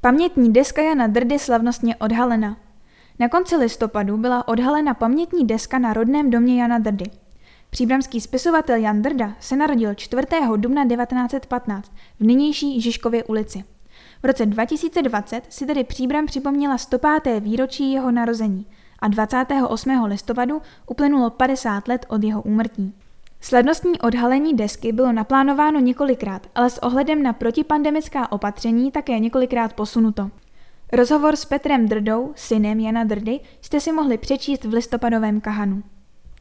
Pamětní deska Jana Drdy slavnostně odhalena. Na konci listopadu byla odhalena pamětní deska na rodném domě Jana Drdy. Příbramský spisovatel Jan Drda se narodil 4. dubna 1915 v nynější Žižkově ulici. V roce 2020 si tedy Příbram připomněla 105. výročí jeho narození a 28. listopadu uplynulo 50 let od jeho úmrtí. Slavnostní odhalení desky bylo naplánováno několikrát, ale s ohledem na protipandemická opatření také několikrát posunuto. Rozhovor s Petrem Drdou, synem Jana Drdy, jste si mohli přečíst v listopadovém Kahanu.